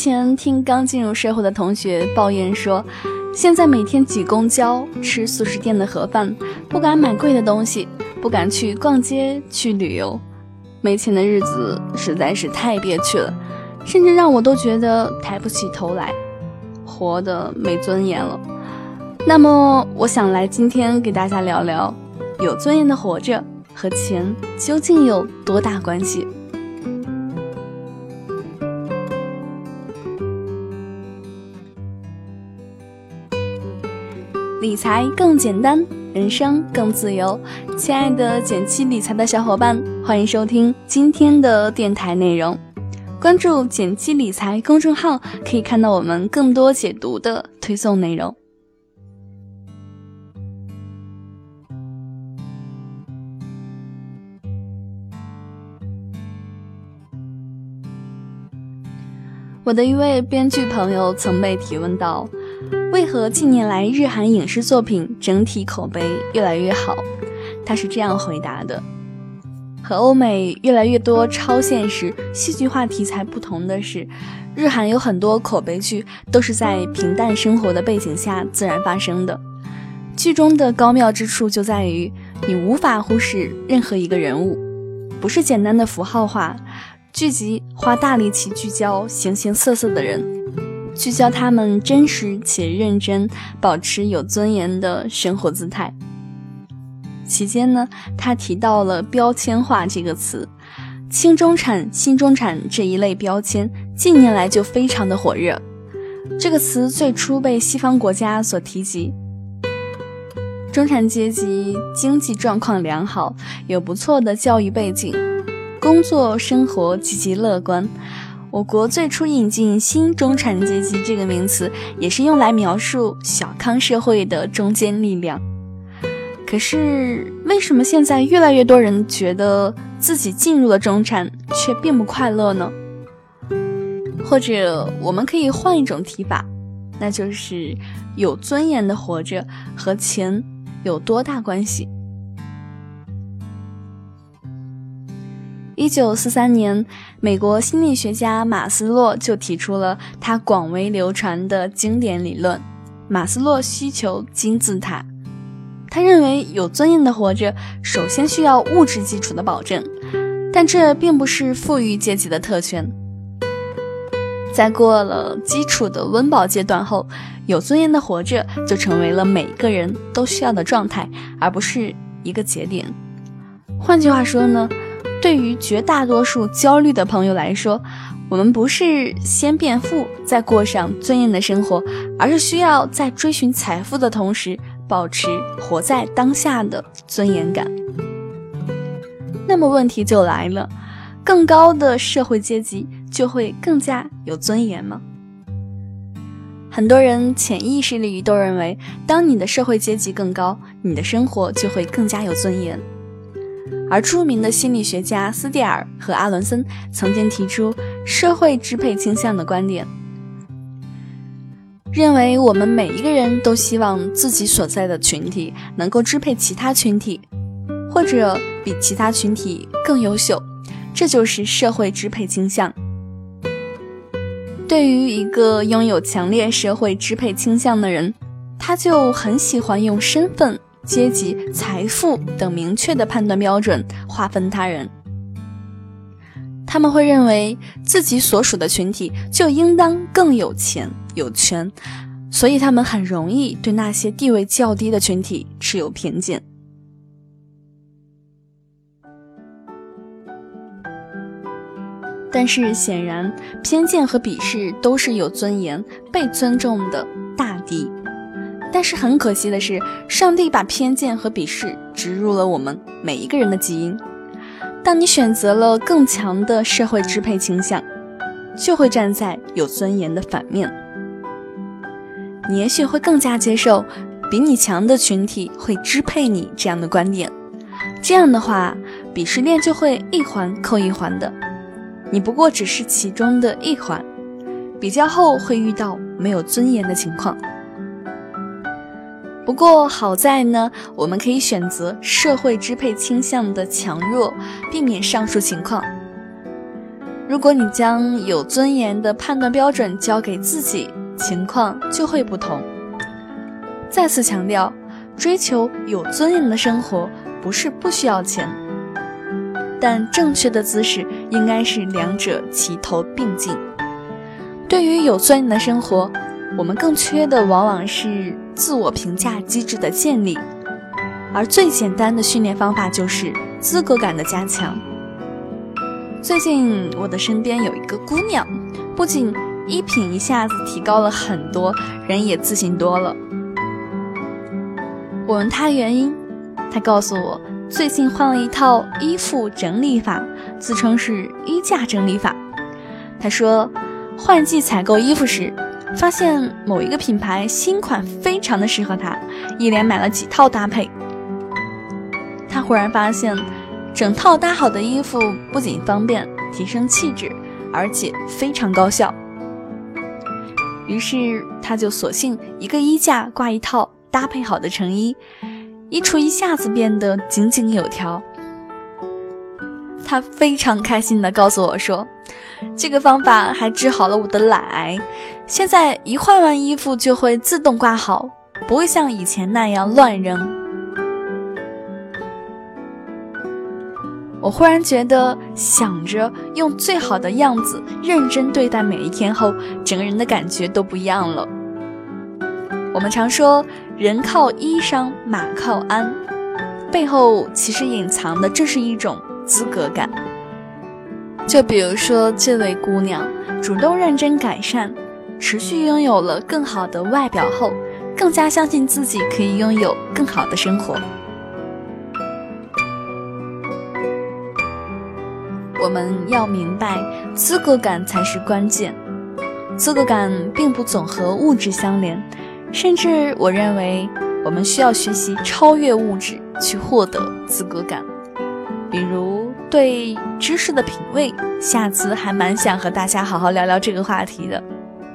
前听刚进入社会的同学抱怨说，现在每天挤公交，吃速食店的盒饭，不敢买贵的东西，不敢去逛街去旅游，没钱的日子实在是太憋屈了，甚至让我都觉得抬不起头来，活得没尊严了。那么我想来今天给大家聊聊，有尊严的活着和钱究竟有多大关系。理财更简单，人生更自由。亲爱的简七理财的小伙伴，欢迎收听今天的电台内容。关注简七理财公众号，可以看到我们更多解读的推送内容。我的一位编剧朋友曾被提问到，为何近年来日韩影视作品整体口碑越来越好？他是这样回答的：和欧美越来越多超现实戏剧化题材不同的是，日韩有很多口碑剧都是在平淡生活的背景下自然发生的。剧中的高妙之处就在于，你无法忽视任何一个人物，不是简单的符号化，剧集花大力气聚焦形形色色的人，聚焦他们真实且认真，保持有尊严的生活姿态。期间呢，他提到了标签化这个词，轻中产、新中产这一类标签近年来就非常的火热。这个词最初被西方国家所提及，中产阶级经济状况良好，有不错的教育背景，工作生活积极乐观。我国最初引进新中产阶级这个名词，也是用来描述小康社会的中坚力量。可是为什么现在越来越多人觉得自己进入了中产却并不快乐呢？或者我们可以换一种提法，那就是有尊严的活着和钱有多大关系。1943年，美国心理学家马斯洛就提出了他广为流传的经典理论——马斯洛需求金字塔。他认为有尊严的活着，首先需要物质基础的保证，但这并不是富裕阶级的特权。在过了基础的温饱阶段后，有尊严的活着就成为了每个人都需要的状态，而不是一个节点。换句话说呢，对于绝大多数焦虑的朋友来说，我们不是先变富再过上尊严的生活，而是需要在追寻财富的同时保持活在当下的尊严感。那么问题就来了，更高的社会阶级就会更加有尊严吗？很多人潜意识里都认为，当你的社会阶级更高，你的生活就会更加有尊严。而著名的心理学家斯蒂尔和阿伦森曾经提出社会支配倾向的观点，认为我们每一个人都希望自己所在的群体能够支配其他群体，或者比其他群体更优秀，这就是社会支配倾向。对于一个拥有强烈社会支配倾向的人，他就很喜欢用身份、阶级、财富等明确的判断标准划分他人。他们会认为自己所属的群体就应当更有钱、有权，所以他们很容易对那些地位较低的群体持有偏见。但是显然，偏见和鄙视都是有尊严、被尊重的大敌。但是很可惜的是，上帝把偏见和鄙视植入了我们每一个人的基因。当你选择了更强的社会支配倾向，就会站在有尊严的反面。你也许会更加接受比你强的群体会支配你这样的观点。这样的话，鄙视链就会一环扣一环的，你不过只是其中的一环，比较后会遇到没有尊严的情况。不过好在呢，我们可以选择社会支配倾向的强弱，避免上述情况。 如果你将有尊严的判断标准交给自己，情况就会不同。再次强调，追求有尊严的生活不是不需要钱，但正确的姿势应该是两者齐头并进。对于有尊严的生活，我们更缺的往往是自我评价机制的建立，而最简单的训练方法就是资格感的加强。最近我的身边有一个姑娘，不仅衣品一下子提高了很多，人也自信多了。我问她原因，她告诉我最近换了一套衣服整理法，自称是衣架整理法。她说换季采购衣服时，发现某一个品牌新款非常的适合她，一连买了几套搭配。她忽然发现整套搭好的衣服不仅方便提升气质，而且非常高效。于是她就索性一个衣架挂一套搭配好的成衣，衣橱一下子变得井井有条。她非常开心地告诉我说，这个方法还治好了我的懒癌，现在一换完衣服就会自动挂好，不会像以前那样乱扔。我忽然觉得想着用最好的样子认真对待每一天后，整个人的感觉都不一样了。我们常说人靠衣裳马靠鞍，背后其实隐藏的正是一种资格感。就比如说这位姑娘主动认真改善，持续拥有了更好的外表后，更加相信自己可以拥有更好的生活。我们要明白，资格感才是关键。资格感并不总和物质相连，甚至我认为我们需要学习超越物质去获得资格感。比如对知识的品味，下次还蛮想和大家好好聊聊这个话题的。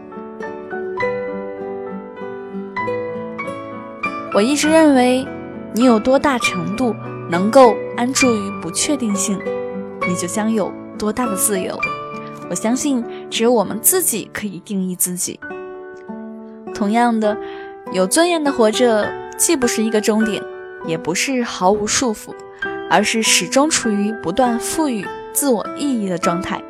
我一直认为，你有多大程度能够安住于不确定性，你就将有多大的自由。我相信只有我们自己可以定义自己。同样的，有尊严的活着既不是一个终点，也不是毫无束缚，而是始终处于不断赋予自我意义的状态。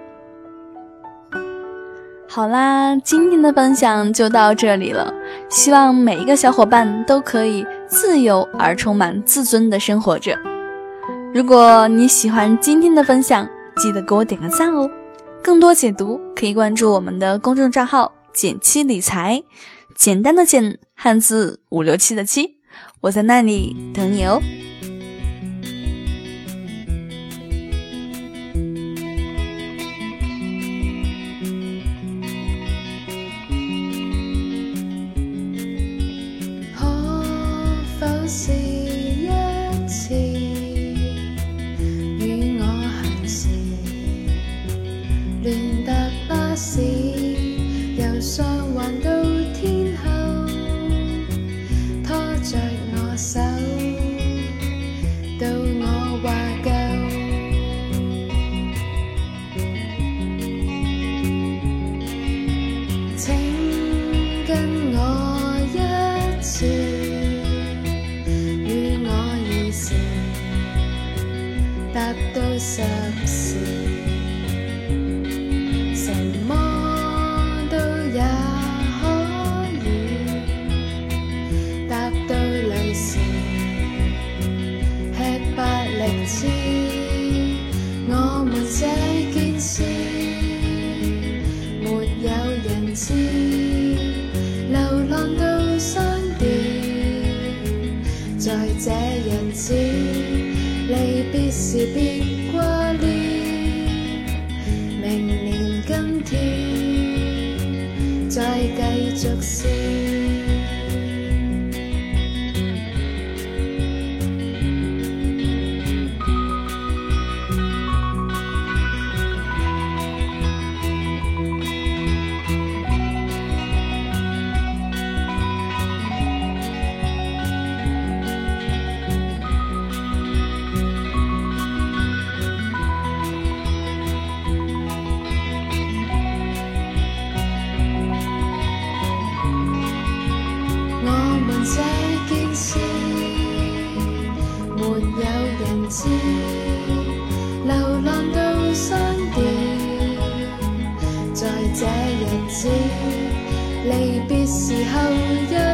好啦，今天的分享就到这里了，希望每一个小伙伴都可以自由而充满自尊地生活着。如果你喜欢今天的分享，记得给我点个赞哦。更多解读可以关注我们的公众账号简七理财，简单的简，汉字567的7，我在那里等你哦。 可否是一次與我閒時，亂搭巴士由上環到天后，拖着我手到我話夠，請跟我一次與我兒時達到10時，什麼都也可以達到利時，吃百力滋，我們這件事沒有人知，流浪到山巅，在這日子離別時別掛念，明年今天再繼續試。 离别时候一